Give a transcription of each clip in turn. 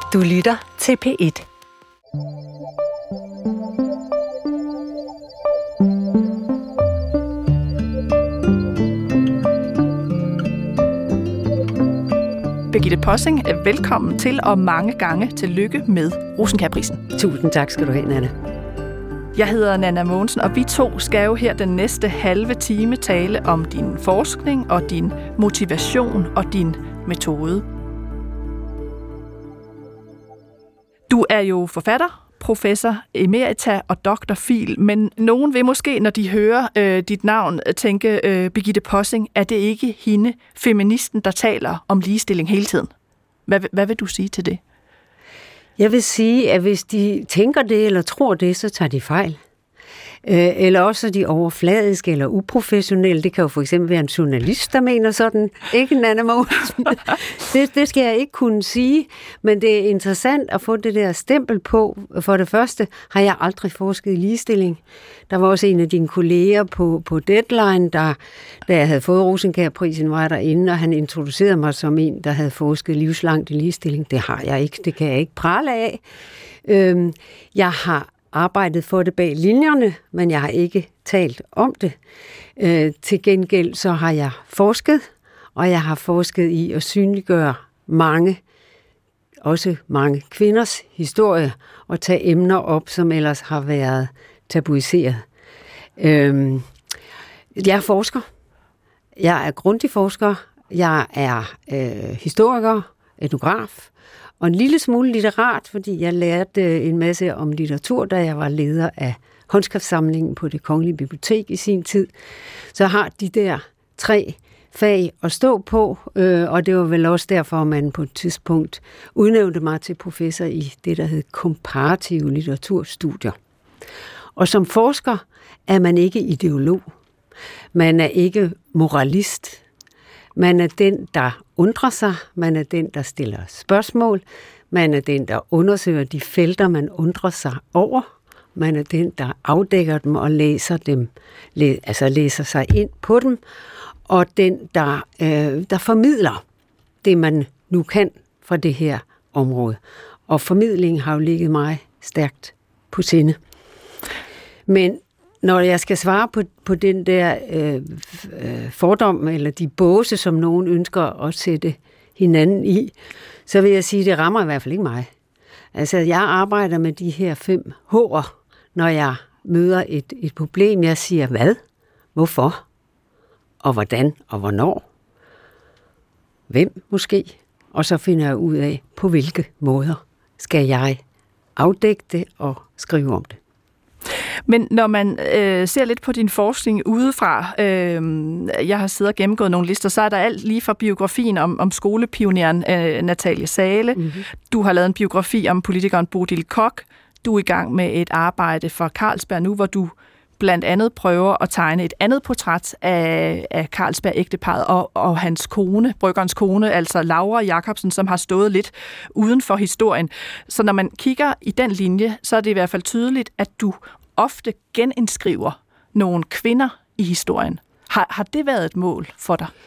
Du lytter til P1. Birgitte Possing, velkommen til og mange gange tillykke med Rosenkjærprisen. Tusind tak skal du have, Nanna. Jeg hedder Nanna Mogensen, og vi to skal jo her den næste halve time tale om din forskning og din motivation og din metode. Du er jo forfatter, professor emerita og doktorfil, men nogen vil måske, når de hører dit navn, tænke, Birgitte Possing, er det ikke hende, feministen, der taler om ligestilling hele tiden? Hvad vil du sige til det? Jeg vil sige, at hvis de tænker det eller tror det, så tager de fejl. Eller også er de overfladiske eller uprofessionelle. Det kan jo for eksempel være en journalist, der mener sådan. Ikke Nanna Mogensen. Det skal jeg ikke kunne sige, men det er interessant at få det der stempel på. For det første har jeg aldrig forsket i ligestilling. Der var også en af dine kolleger på Deadline, da jeg havde fået Rosenkjærprisen, var derinde, og han introducerede mig som en, der havde forsket livslangt i ligestilling. Det har jeg ikke. Det kan jeg ikke prale af. Jeg har arbejdet for det bag linjerne, men jeg har ikke talt om det. Til gengæld så har jeg forsket, og jeg har forsket i at synliggøre også mange kvinders historie, og tage emner op, som ellers har været tabuiseret. Jeg er forsker. Jeg er grundig forsker. Jeg er historiker, etnograf, og en lille smule litterat, fordi jeg lærte en masse om litteratur, da jeg var leder af håndskriftsamlingen på Det Kongelige Bibliotek i sin tid. Så har de der 3 fag at stå på, og det var vel også derfor, at man på et tidspunkt udnævnte mig til professor i det, der hed komparative litteraturstudier. Og som forsker er man ikke ideolog. Man er ikke moralist. Man er den, der undrer sig. Man er den, der stiller spørgsmål. Man er den, der undersøger de felter, man undrer sig over. Man er den, der afdækker dem og læser dem, læser sig ind på dem. Og den, der formidler det, man nu kan fra det her område. Og formidling har jo ligget mig stærkt på sinde. Men når jeg skal svare på den der fordom, eller de båse, som nogen ønsker at sætte hinanden i, så vil jeg sige, at det rammer i hvert fald ikke mig. Altså, jeg arbejder med de her 5 H'er, når jeg møder et problem. Jeg siger, hvad? Hvorfor? Og hvordan? Og hvornår? Hvem måske? Og så finder jeg ud af, på hvilke måder skal jeg afdække det og skrive om det. Men når man ser lidt på din forskning udefra, jeg har siddet og gennemgået nogle lister, så er der alt lige fra biografien om skolepioneren Natalie Zahle. Mm-hmm. Du har lavet en biografi om politikeren Bodil Koch. Du er i gang med et arbejde for Carlsberg nu, hvor du blandt andet prøver at tegne et andet portræt af Carlsberg-ægteparret og hans kone, bryggerens kone, altså Laura Jacobsen, som har stået lidt uden for historien. Så når man kigger i den linje, så er det i hvert fald tydeligt, at du ofte geninskriver nogle kvinder i historien. Har det været et mål for dig?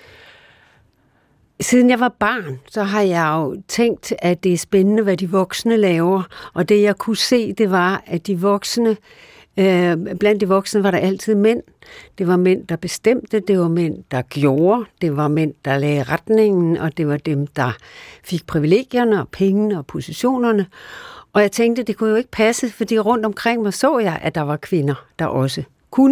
Siden jeg var barn, så har jeg jo tænkt, at det er spændende, hvad de voksne laver. Og det jeg kunne se, det var, at de voksne, blandt de voksne var der altid mænd. Det var mænd, der bestemte, det var mænd, der gjorde, det var mænd, der lagde retningen, og det var dem, der fik privilegierne og pengene og positionerne. Og jeg tænkte, det kunne jo ikke passe, fordi rundt omkring mig så jeg, at der var kvinder, der også kunne.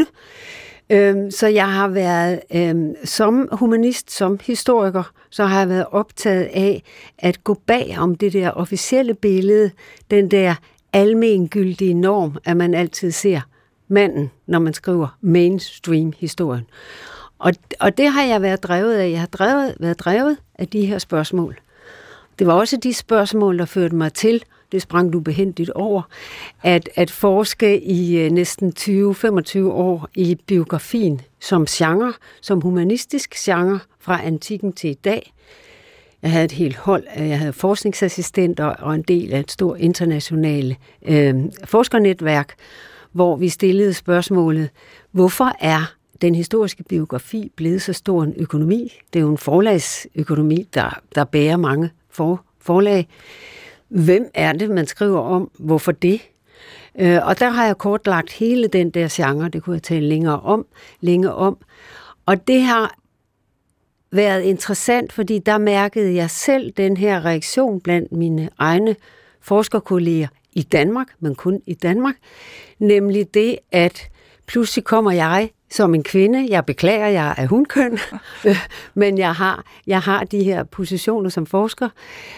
Så jeg har været, som humanist, som historiker, så har jeg været optaget af at gå bag om det der officielle billede, den der almengyldige norm, at man altid ser manden, når man skriver mainstream-historien. Og det har jeg været drevet af. Jeg har været drevet af de her spørgsmål. Det var også de spørgsmål, der førte mig til, det sprang du behændigt over, at forske i næsten 20-25 år i biografien som genre, som humanistisk genre fra antikken til i dag. Jeg havde et helt hold, jeg havde forskningsassistenter og en del af et stort internationale forskernetværk, hvor vi stillede spørgsmålet, hvorfor er den historiske biografi blevet så stor en økonomi? Det er jo en forlagsøkonomi, der bærer mange forlag. hvem er det, man skriver om, hvorfor det? Og der har jeg kortlagt hele den der genre, det kunne jeg tale længe om. Og det har været interessant, fordi der mærkede jeg selv den her reaktion blandt mine egne forskerkolleger i Danmark, men kun i Danmark, nemlig det, at pludselig kommer jeg som en kvinde, jeg beklager, jeg er hunkøn, men jeg har de her positioner som forsker,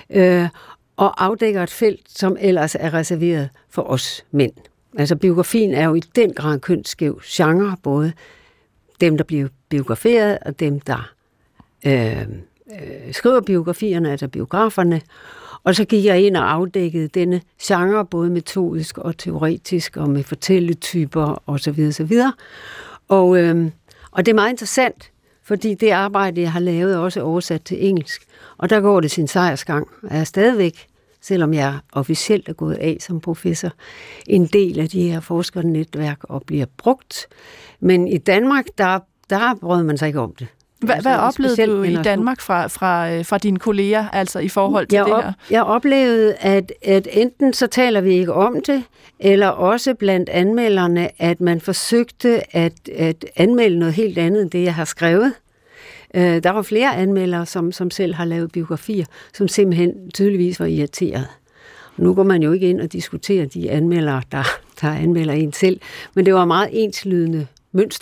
og afdækker et felt, som ellers er reserveret for os mænd. Altså biografien er jo i den grad kønsskæv genre, både dem, der bliver biograferet, og dem, der skriver biografierne, altså biograferne. Og så gik jeg ind og afdækkede denne genre, både metodisk og teoretisk, og med fortælletyper osv. osv. Og det er meget interessant, fordi det arbejde, jeg har lavet, er også oversat til engelsk. Og der går det sin sejrsgang. Jeg er stadigvæk, selvom jeg officielt er gået af som professor, en del af de her forskernetværk og bliver brugt. Men i Danmark, der brød man sig ikke om det. Hvad oplevede du i Danmark fra dine kolleger, altså i forhold til det her? Jeg oplevede, at enten så taler vi ikke om det, eller også blandt anmelderne, at man forsøgte at anmelde noget helt andet end det, jeg har skrevet. Der var flere anmeldere, som selv har lavet biografier, som simpelthen tydeligvis var irriteret. Nu går man jo ikke ind og diskuterer de anmeldere, der anmelder en selv, men det var meget enslydende mønster.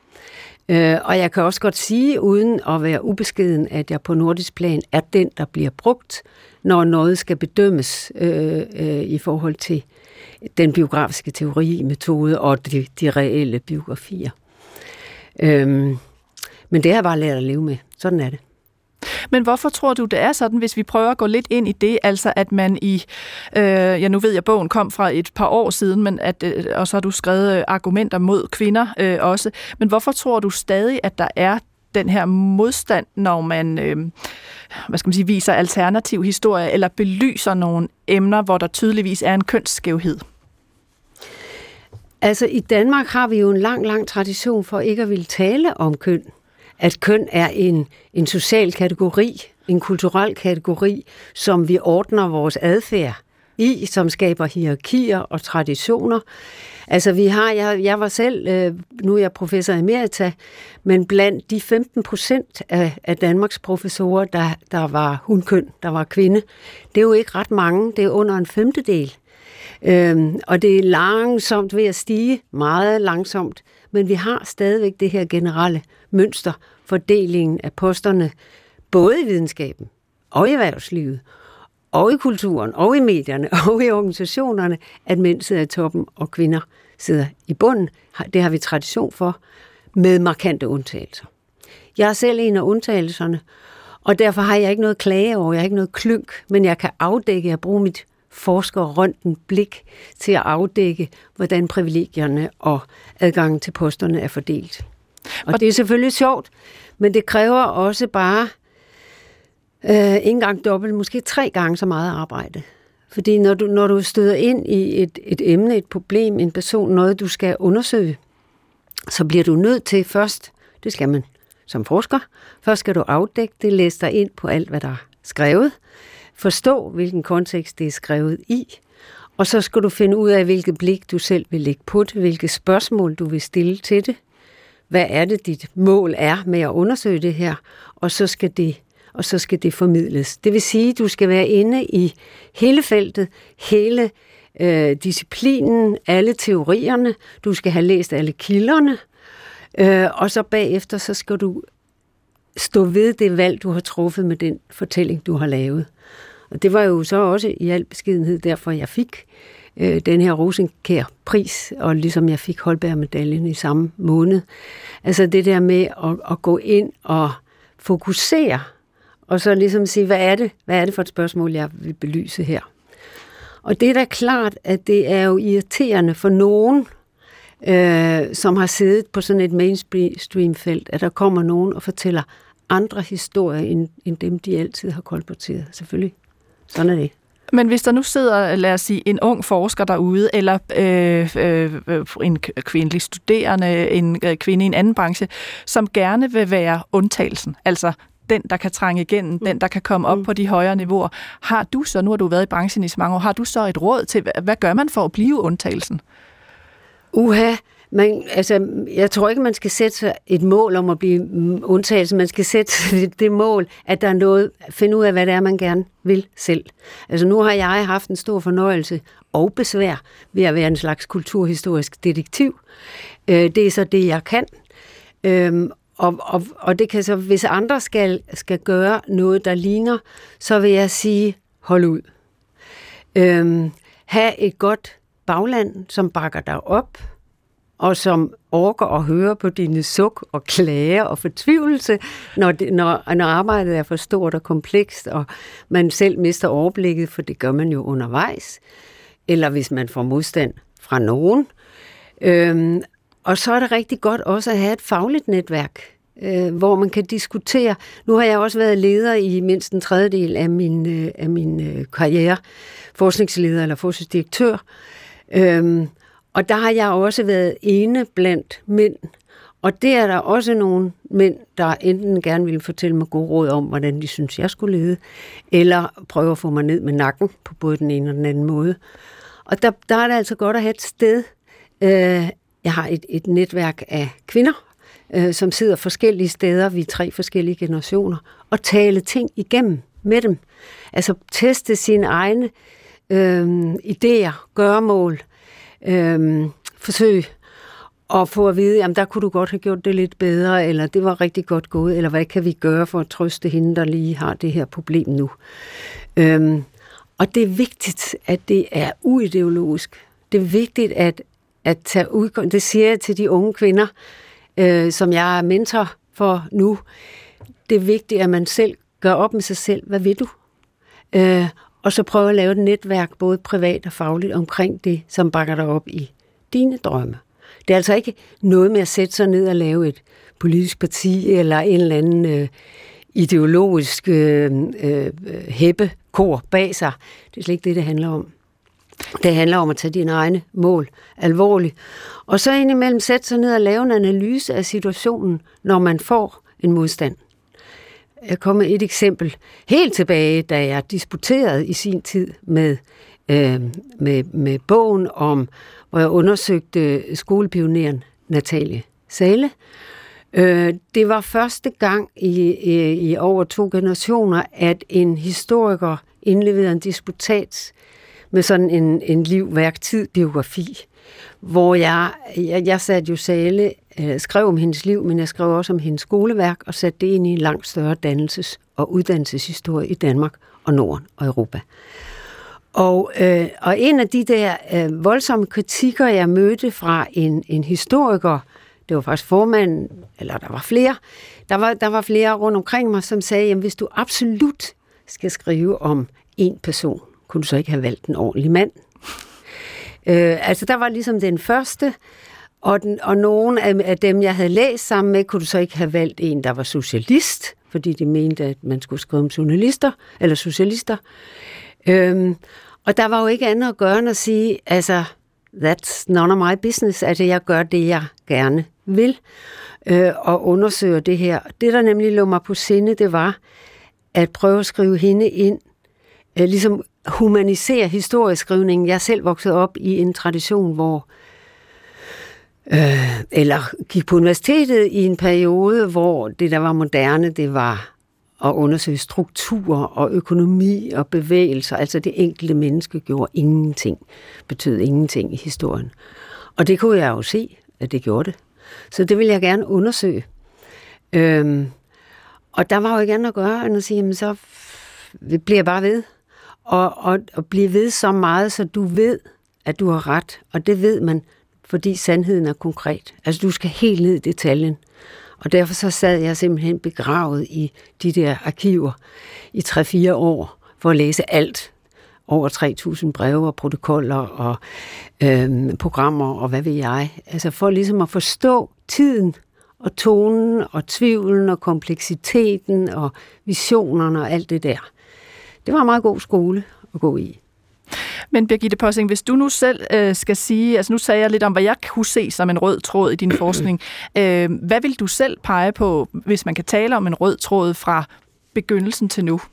Og jeg kan også godt sige, uden at være ubeskeden, at jeg på nordisk plan er den, der bliver brugt, når noget skal bedømmes i forhold til den biografiske teori, metode og de reelle biografier. Men det har jeg bare lært at leve med. Sådan er det. Men hvorfor tror du, det er sådan, hvis vi prøver at gå lidt ind i det, altså at man nu ved jeg, bogen kom fra et par år siden, men og så har du skrevet argumenter mod kvinder også, men hvorfor tror du stadig, at der er den her modstand, når man viser alternativ historie, eller belyser nogle emner, hvor der tydeligvis er en kønsskævhed? Altså i Danmark har vi jo en lang tradition for ikke at ville tale om køn. At køn er en social kategori, en kulturel kategori, som vi ordner vores adfærd i, som skaber hierarkier og traditioner. Altså jeg var selv, nu er jeg professor emerita, men blandt de 15% af Danmarks professorer, der var hunkøn, der var kvinde, det er jo ikke ret mange, det er under en 1/5. Og det er langsomt ved at stige, meget langsomt, men vi har stadigvæk det her generelle mønster, fordelingen af posterne, både i videnskaben og i erhvervslivet, og i kulturen, og i medierne, og i organisationerne, at mænd sidder i toppen, og kvinder sidder i bunden. Det har vi tradition for, med markante undtagelser. Jeg er selv en af undtagelserne, og derfor har jeg ikke noget klage over, jeg har ikke noget klynk, men jeg kan afdække og bruge mit forskerrøntgenblik til at afdække, hvordan privilegierne og adgangen til posterne er fordelt. Og det er selvfølgelig sjovt, men det kræver også bare ikke engang dobbelt, måske 3 gange så meget arbejde. Fordi når du støder ind i et emne, et problem, en person, noget du skal undersøge, så bliver du nødt til først, det skal man som forsker, først skal du afdække det, læse dig ind på alt, hvad der er skrevet, forstå, hvilken kontekst det er skrevet i, og så skal du finde ud af, hvilket blik du selv vil lægge på det, hvilke spørgsmål du vil stille til det, hvad er det, dit mål er med at undersøge det her, og så skal det formidles. Det vil sige, at du skal være inde i hele feltet, hele disciplinen, alle teorierne, du skal have læst alle kilderne, og så bagefter så skal du stå ved det valg, du har truffet med den fortælling, du har lavet. Og det var jo så også i al beskedenhed derfor, jeg fik den her Rosenkjær-pris, og ligesom jeg fik Holberg-medaljen i samme måned. Altså det der med at gå ind og fokusere, og så ligesom sige, hvad er det for et spørgsmål, jeg vil belyse her? Og det er da klart, at det er jo irriterende for nogen, som har siddet på sådan et mainstream-felt, at der kommer nogen og fortæller andre historier, end dem, de altid har kolporteret. Selvfølgelig. Sådan er det. Men hvis der nu sidder, lad os sige, en ung forsker derude, eller en kvindelig studerende, en kvinde i en anden branche, som gerne vil være undtagelsen, altså den, der kan trænge igennem, den, der kan komme op på de højere niveauer. Har du så, nu har du været i branchen i så mange år, har du så et råd til, hvad gør man for at blive undtagelsen? Jeg tror ikke, man skal sætte sig et mål om at blive undtagelse. Man skal sætte det mål, at der er noget, finde ud af, hvad det er, man gerne vil selv. Altså nu har jeg haft en stor fornøjelse og besvær ved at være en slags kulturhistorisk detektiv. Det er så det, jeg kan. Og det kan så, hvis andre skal gøre noget, der ligner, så vil jeg sige, hold ud. Ha' et godt bagland, som bakker dig op, og som orker at høre på dine suk og klager og fortvivlelse, når arbejdet er for stort og komplekst, og man selv mister overblikket, for det gør man jo undervejs, eller hvis man får modstand fra nogen. Og så er det rigtig godt også at have et fagligt netværk, hvor man kan diskutere. Nu har jeg også været leder i mindst en tredjedel af min karriere, forskningsleder eller forskningsdirektør, og der har jeg også været ene blandt mænd. Og det er der også nogle mænd, der enten gerne ville fortælle mig gode råd om, hvordan de synes, jeg skulle lede, eller prøve at få mig ned med nakken på både den ene og den anden måde. Og der er det altså godt at have et sted. Jeg har et netværk af kvinder, som sidder forskellige steder, vi er 3 forskellige generationer, og tale ting igennem med dem. Altså teste sine egne idéer, gøremål, forsøg og få at vide, jamen der kunne du godt have gjort det lidt bedre, eller det var rigtig godt gået, eller hvad kan vi gøre for at trøste hende, der lige har det her problem nu. Og det er vigtigt, at det er uideologisk. Det er vigtigt at tage udgangspunkt. Det siger jeg til de unge kvinder, som jeg er mentor for nu. Det er vigtigt, at man selv gør op med sig selv. Hvad vil du? Og så prøve at lave et netværk, både privat og fagligt, omkring det, som bakker dig op i dine drømme. Det er altså ikke noget med at sætte sig ned og lave et politisk parti, eller en eller anden ideologisk heppekor bag sig. Det er slet ikke det handler om. Det handler om at tage dine egne mål alvorligt. Og så indimellem sætte sig ned og lave en analyse af situationen, når man får en modstand. Jeg kommer med et eksempel. Helt tilbage, da jeg disputerede i sin tid med bogen om, hvor jeg undersøgte skolepioneren Natalie Zahle. Det var første gang i over 2 generationer, at en historiker indleverede en disputat med sådan en liv-værk-tid-biografi, hvor jeg satte jo Zahle, skrev om hendes liv, men jeg skrev også om hendes skoleværk, og satte det ind i en langt større dannelses- og uddannelseshistorie i Danmark og Norden og Europa. Og en af de der voldsomme kritikker, jeg mødte fra en historiker, det var faktisk formanden, eller der var flere, der var flere rundt omkring mig, som sagde, jamen hvis du absolut skal skrive om en person, kunne du så ikke have valgt en ordentlig mand? Altså der var ligesom den første, og nogle af dem, jeg havde læst sammen med, kunne du så ikke have valgt en, der var socialist, fordi de mente, at man skulle skrive om journalister, eller socialister. Og der var jo ikke andet at gøre end at sige, altså, that's none of my business, altså jeg gør det, jeg gerne vil, og undersøger det her. Det, der nemlig lå mig på sinde, det var at prøve at skrive hende ind, ligesom humanisere historieskrivningen. Jeg selv voksede op i en tradition, hvor eller gik på universitetet i en periode, hvor det, der var moderne, det var at undersøge strukturer og økonomi og bevægelser. Altså det enkelte menneske gjorde ingenting, betød ingenting i historien. Og det kunne jeg jo se, at det gjorde det. Så det ville jeg gerne undersøge. Og der var jo ikke andet at gøre, end at sige, jamen så bliver jeg bare ved. Og blive ved så meget, så du ved, at du har ret. Og det ved man, fordi sandheden er konkret. Altså du skal helt ned i detaljen. Og derfor så sad jeg simpelthen begravet i de der arkiver i 3-4 år, for at læse alt. Over 3.000 breve og protokoller og programmer og hvad ved jeg. Altså for ligesom at forstå tiden og tonen og tvivlen og kompleksiteten og visionerne og alt det der. Det var en meget god skole at gå i. Men Birgitte Possing, hvis du nu selv skal sige, altså nu sagde jeg lidt om, hvad jeg kunne se som en rød tråd i din forskning. Hvad vil du selv pege på, hvis man kan tale om en rød tråd fra begyndelsen til nu?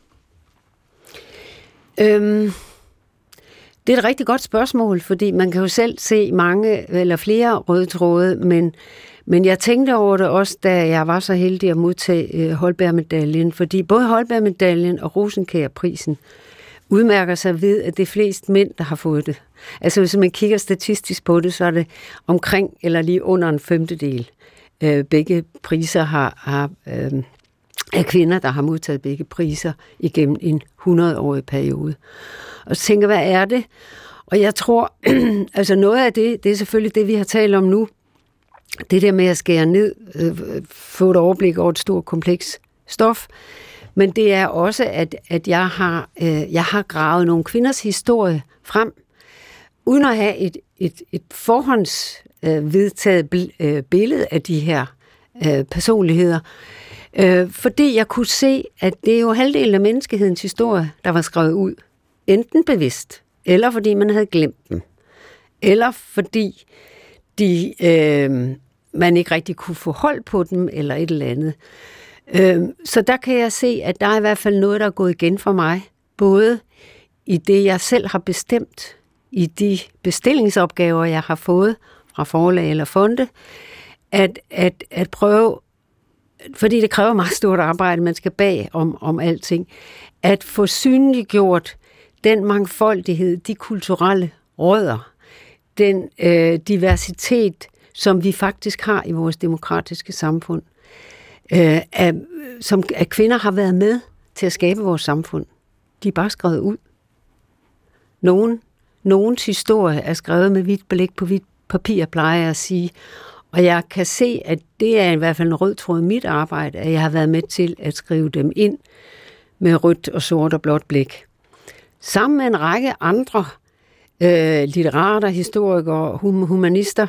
Det er et rigtig godt spørgsmål, fordi man kan jo selv se mange eller flere røde tråde, men jeg tænkte over det også, da jeg var så heldig at modtage Holberg-medaljen, fordi både Holberg-medaljen og Rosenkjær-prisen udmærker sig ved, at det er flest mænd, der har fået det. Altså hvis man kigger statistisk på det, så er det omkring eller lige under en femtedel. Begge priser har af kvinder, der har modtaget begge priser igennem en 100-årig periode. Og så tænker, hvad er det? Og jeg tror, altså noget af det er selvfølgelig det, vi har talt om nu. Det der med at skære ned, få et overblik over et stort kompleks stof. Men det er også, at jeg har gravet nogle kvinders historie frem, uden at have et forhåndsvedtaget billede af de her personligheder. Fordi jeg kunne se, at det er jo halvdelen af menneskehedens historie, der var skrevet ud. Enten bevidst, eller fordi man havde glemt dem. Eller fordi man ikke rigtig kunne få hold på dem, eller et eller andet. Så der kan jeg se, at der er i hvert fald noget, der er gået igen for mig. Både i det, jeg selv har bestemt, i de bestillingsopgaver, jeg har fået fra forlag eller fonde, at prøve, fordi det kræver meget stort arbejde, man skal bag om alting, at få synliggjort den mangfoldighed, de kulturelle rødder, den diversitet, som vi faktisk har i vores demokratiske samfund, at kvinder har været med til at skabe vores samfund. De er bare skrevet ud. Nogens historie er skrevet med hvidt blæk på hvidt papir, plejer jeg at sige. Og jeg kan se, at det er i hvert fald en rød tråd i mit arbejde, at jeg har været med til at skrive dem ind med rødt og sort og blåt blæk. Sammen med en række andre litterater, historikere, humanister,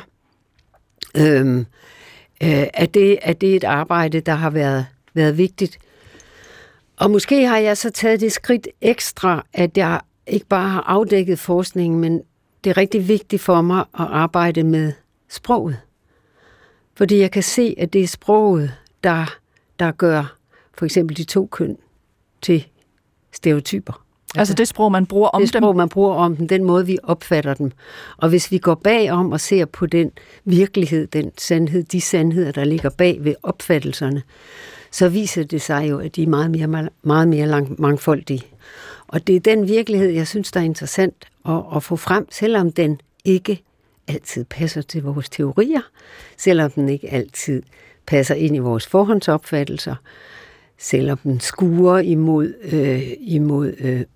er det et arbejde, der har været vigtigt. Og måske har jeg så taget det skridt ekstra, at jeg ikke bare har afdækket forskningen, men det er rigtig vigtigt for mig at arbejde med sproget. Fordi jeg kan se, at det er sproget, der gør for eksempel de to køn til stereotyper. Altså det sprog, man bruger om dem? Det sprog, man bruger om dem, den måde, vi opfatter dem. Og hvis vi går bagom og ser på den virkelighed, den sandhed, de sandheder, der ligger bag ved opfattelserne, så viser det sig jo, at de er meget mere mangfoldige. Og det er den virkelighed, jeg synes, der er interessant at få frem, selvom den ikke altid passer til vores teorier, selvom den ikke altid passer ind i vores forhåndsopfattelser, selvom den skuer imod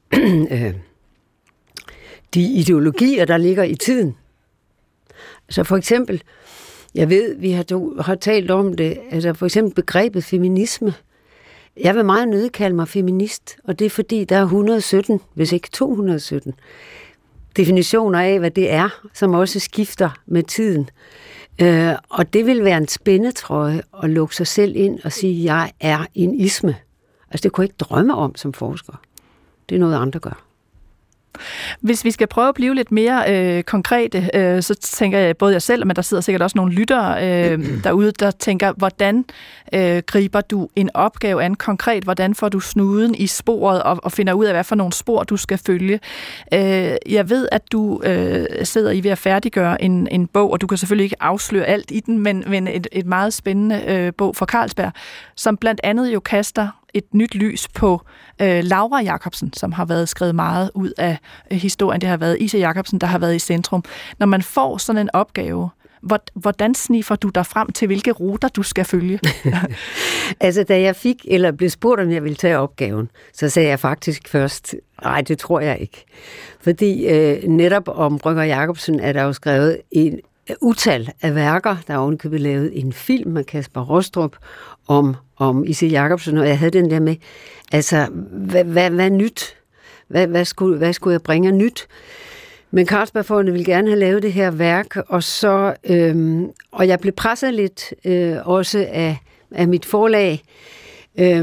de ideologier, der ligger i tiden. Så for eksempel, jeg ved, vi har talt om det, altså for eksempel begrebet feminisme. Jeg vil meget nødig kalde mig feminist, og det er fordi, der er 117, hvis ikke 217, definitioner af, hvad det er, som også skifter med tiden. Og det vil være en spændetrøje at lukke sig selv ind og sige, at jeg er en isme. Altså det kunne jeg ikke drømme om som forsker. Det er noget, andre gør. Hvis vi skal prøve at blive lidt mere konkrete, så tænker jeg både jeg selv, men der sidder sikkert også nogle lyttere derude, der tænker, hvordan griber du en opgave an konkret? Hvordan får du snuden i sporet og finder ud af, hvad for nogle spor du skal følge? Jeg ved, at du sidder i ved at færdiggøre en bog, og du kan selvfølgelig ikke afsløre alt i den, men et meget spændende bog for Carlsberg, som blandt andet jo kaster et nyt lys på Laura Jacobsen, som har været skrevet meget ud af historien. Det har været Ise Jacobsen, der har været i centrum. Når man får sådan en opgave, hvordan sniffer du dig frem til, hvilke ruter du skal følge? Altså, da jeg blev spurgt, om jeg ville tage opgaven, så sagde jeg faktisk først, nej, det tror jeg ikke. Fordi netop om Brøgger Jacobsen er der jo skrevet en utal af værker. Der er ovenikøbet lavet en film med Kasper Rostrup om Ise Jacobsen, og jeg havde den der med, altså, hvad nyt? Hvad skulle jeg bringe nyt? Men Carlsbergfondet ville gerne have lavet det her værk, og jeg blev presset lidt også af mit forlag.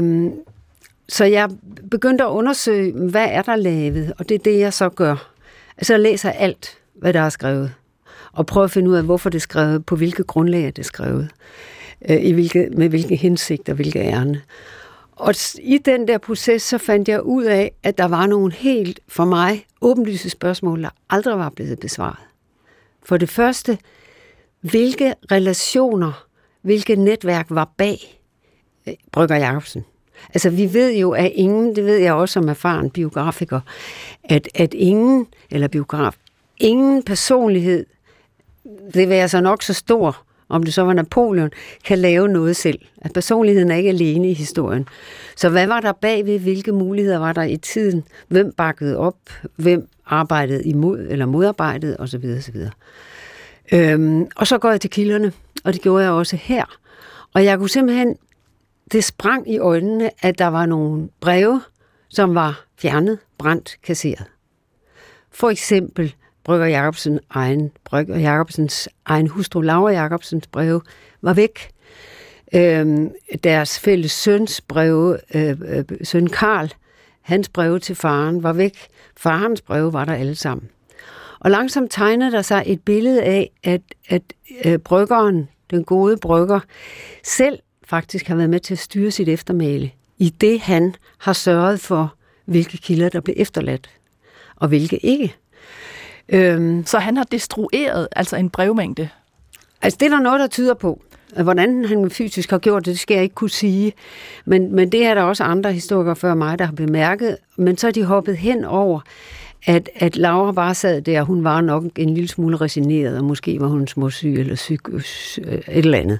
Så jeg begyndte at undersøge, hvad er der lavet, og det er det, jeg så gør. Så jeg læser alt, hvad der er skrevet, og prøver at finde ud af, hvorfor det er skrevet, på hvilke grundlag er det skrevet, med hvilke hensigt og hvilke ærne. Og i den der proces, så fandt jeg ud af, at der var nogle helt, for mig, åbenlyse spørgsmål, der aldrig var blevet besvaret. For det første, hvilke relationer, hvilke netværk var bag Brøgger Jacobsen? Altså, vi ved jo, at ingen, det ved jeg også som erfaren biografiker, at ingen, eller biograf, ingen personlighed, det vil altså nok så stor, om det så var Napoleon, kan lave noget selv. At personligheden er ikke alene i historien. Så hvad var der bagved? Hvilke muligheder var der i tiden? Hvem bakkede op? Hvem arbejdede imod eller modarbejdede? Og så videre, og så videre. Og så går jeg til kilderne, og det gjorde jeg også her. Og jeg kunne simpelthen, det sprang i øjnene, at der var nogle breve, som var fjernet, brændt, kasseret. For eksempel Brøgger Jacobsens egen hustru Laura Jacobsens breve var væk. Deres fælles søns breve, søn Karl, hans breve til faren var væk. Farens breve var der alle sammen. Og langsomt tegnede der sig et billede af, at bryggeren, den gode brygger, selv faktisk har været med til at styre sit eftermæle, i det han har sørget for, hvilke kilder der blev efterladt, og hvilke ikke. Så han har destrueret altså en brevmængde? Altså det er der noget, der tyder på. Hvordan han fysisk har gjort det, det skal jeg ikke kunne sige. Men det er der også andre historikere før mig, der har bemærket. Men så er de hoppet hen over, at Laura bare sad der, hun var nok en lille smule resigneret, og måske var hun småsyg eller syg, et eller andet.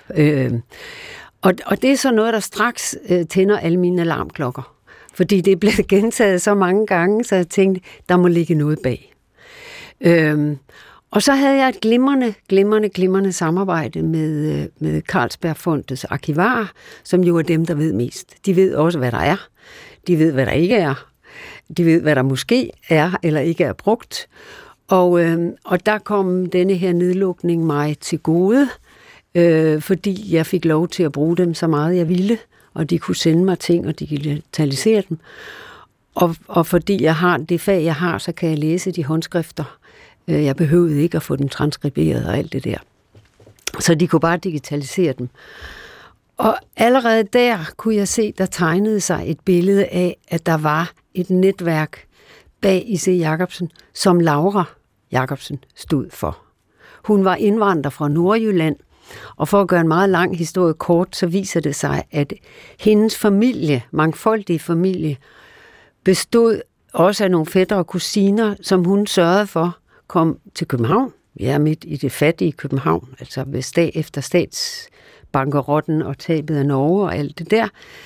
Og det er så noget, der straks tænder alle mine alarmklokker. Fordi det er blevet gentaget så mange gange, så jeg tænkte, der må ligge noget bag. Og så havde jeg et glimrende samarbejde med Carlsbergfondets arkivarer, som jo er dem, der ved mest. De ved også, hvad der er. De ved, hvad der ikke er. De ved, hvad der måske er eller ikke er brugt. Og der kom denne her nedlukning mig til gode, fordi jeg fik lov til at bruge dem så meget, jeg ville, og de kunne sende mig ting og digitalisere dem. Og fordi jeg har det fag, jeg har, så kan jeg læse de håndskrifter. Jeg behøvede ikke at få dem transkriberet og alt det der. Så de kunne bare digitalisere dem. Og allerede der kunne jeg se, der tegnede sig et billede af, at der var et netværk bag I.C. Jacobsen, som Laura Jacobsen stod for. Hun var indvandrer fra Nordjylland, og for at gøre en meget lang historie kort, så viser det sig, at hendes familie, mangfoldige familie, bestod også af nogle fætre og kusiner, som hun sørgede for, kom til København. Jeg er midt i det fattige København, altså efter statsbankerotten og tabet af Norge og alt det der.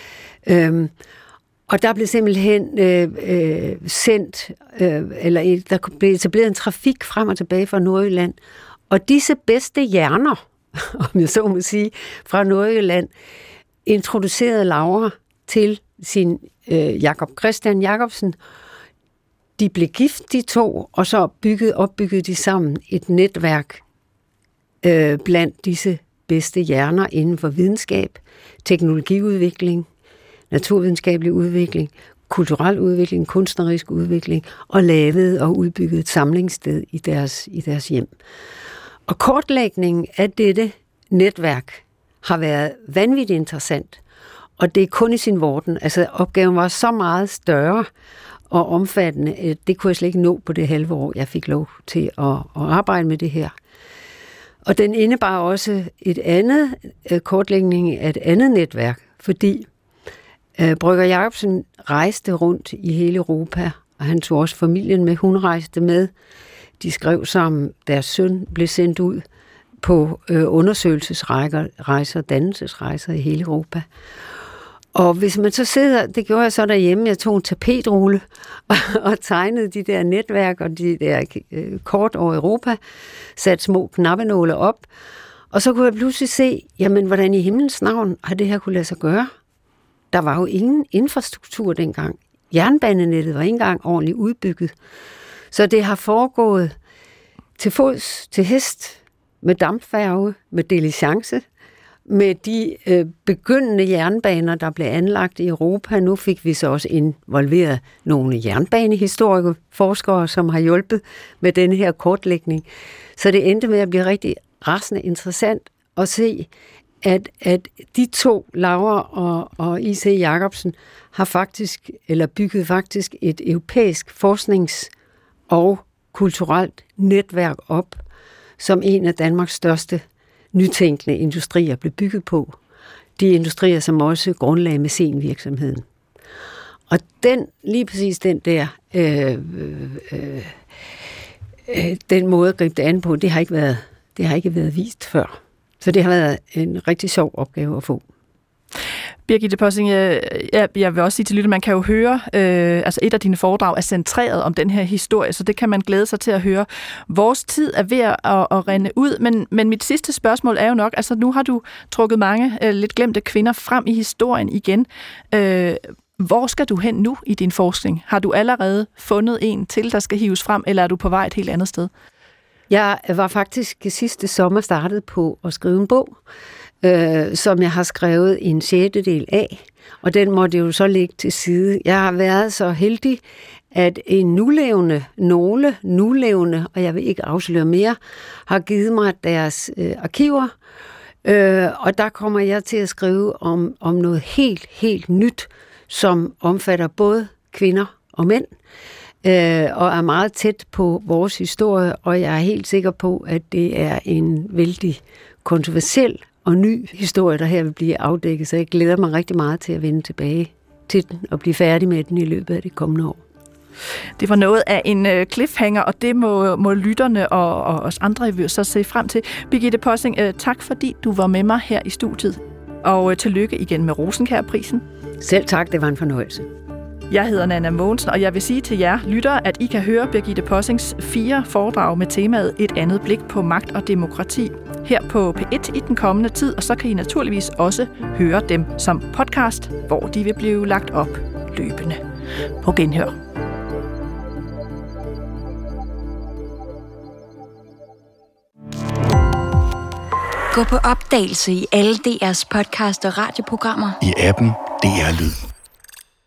Og der blev simpelthen sendt, eller der blev etableret en trafik frem og tilbage fra Nordjylland. Og disse bedste hjerner, om jeg så må sige, fra Nordjylland, introducerede Laura til sin Jakob Christian Jacobsen. De blev gift, de to, og så opbyggede de sammen et netværk blandt disse bedste hjerner inden for videnskab, teknologiudvikling, naturvidenskabelig udvikling, kulturel udvikling, kunstnerisk udvikling, og lavede og udbyggede et samlingssted i deres hjem. Og kortlægningen af dette netværk har været vanvittigt interessant, og det er kun i sin vorden. Altså opgaven var så meget større og omfattende, det kunne jeg slet ikke nå på det halve år, jeg fik lov til at arbejde med det her. Og den indebar også kortlægning af et andet netværk, fordi Brøgger Jacobsen rejste rundt i hele Europa, og han tog også familien med. Hun rejste med. De skrev sammen, deres søn blev sendt ud på undersøgelsesrejser, dannelsesrejser i hele Europa. Og hvis man så sidder, det gjorde jeg så derhjemme, jeg tog en tapetrulle og tegnede de der netværk og de der kort over Europa, satte små knappenåle op, og så kunne jeg pludselig se, jamen hvordan i himlens navn har det her kunne lade sig gøre? Der var jo ingen infrastruktur dengang. Jernbanenettet var ikke engang ordentligt udbygget. Så det har foregået til fods, til hest, med dampfærge, med diligence, med de begyndende jernbaner, der blev anlagt i Europa. Nu fik vi så også involveret nogle jernbanehistorikere, forskere, som har hjulpet med denne her kortlægning. Så det endte med at blive rigtig rasende interessant at se, at de to, Laura og I.C. Jacobsen, har faktisk, eller bygget faktisk et europæisk forsknings- og kulturelt netværk op, som en af Danmarks største nytænkende industrier blev bygget på. De industrier, som også grundlagde mecenvirksomheden. Og lige præcis den der, den måde at gribe det an på, det har ikke været vist før. Så det har været en rigtig sjov opgave at få. Birgitte Possing, jeg vil også sige til lytter, man kan jo høre, altså et af dine foredrag er centreret om den her historie, så det kan man glæde sig til at høre. Vores tid er ved at rinde ud, men mit sidste spørgsmål er jo nok, altså nu har du trukket mange lidt glemte kvinder frem i historien igen. Hvor skal du hen nu i din forskning? Har du allerede fundet en til, der skal hives frem, eller er du på vej et helt andet sted? Jeg var faktisk sidste sommer startet på at skrive en bog, som jeg har skrevet en 6. del af, og den måtte jo så ligge til side. Jeg har været så heldig, at nogle nulevende, og jeg vil ikke afsløre mere, har givet mig deres arkiver, og der kommer jeg til at skrive om noget helt nyt, som omfatter både kvinder og mænd, og er meget tæt på vores historie, og jeg er helt sikker på, at det er en vældig kontroversiel og ny historie, der her vil blive afdækket, så jeg glæder mig rigtig meget til at vende tilbage til den og blive færdig med den i løbet af det kommende år. Det var noget af en cliffhanger, og det må lytterne og os andre så se frem til. Birgitte Possing, tak fordi du var med mig her i studiet, og tillykke igen med Rosenkjærprisen. Selv tak, det var en fornøjelse. Jeg hedder Nanna Mogensen, og jeg vil sige til jer lyttere, at I kan høre Birgitte Possing's 4 foredrag med temaet Et andet blik på magt og demokrati her på P1 i den kommende tid, og så kan I naturligvis også høre dem som podcast, hvor de vil blive lagt op løbende. På genhør. Gå på opdagelse i alle DR's podcast og radioprogrammer. I appen DR Lyd.